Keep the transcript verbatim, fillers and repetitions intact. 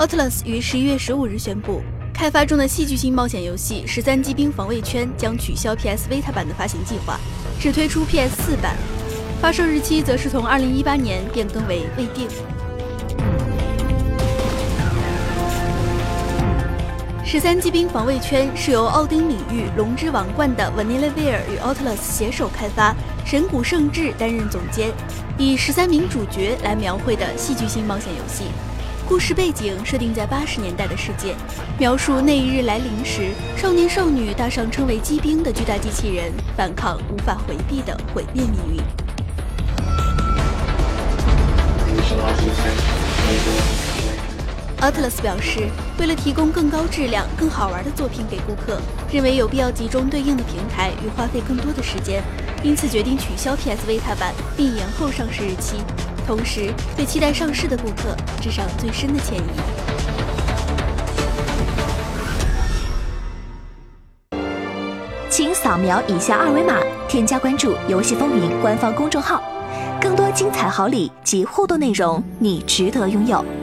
Atlus 于十一月十五日宣布，开发中的戏剧性冒险游戏《十三机兵防卫圈》将取消 P S Vita 版的发行计划，只推出 P S 四 版，发售日期则是从二零一八年变更为未定。十三机兵防卫圈是由奥丁领域龙之王冠的 Vanillaware 与 Atlus 携手开发，神谷圣治担任总监，以十三名主角来描绘的戏剧性冒险游戏。故事背景设定在八十年代的世界，描述那一日来临时，少年少女搭上称为机兵的巨大机器人，反抗无法回避的毁灭命运。Atlus 表示，为了提供更高质量、更好玩的作品给顾客，认为有必要集中对应的平台与花费更多的时间，因此决定取消 P S Vita 版并延后上市日期，同时对期待上市的顾客致上最深的歉意。 请扫描以下二维码，添加关注“游戏风云”官方公众号，更多精彩好礼及互动内容，你值得拥有。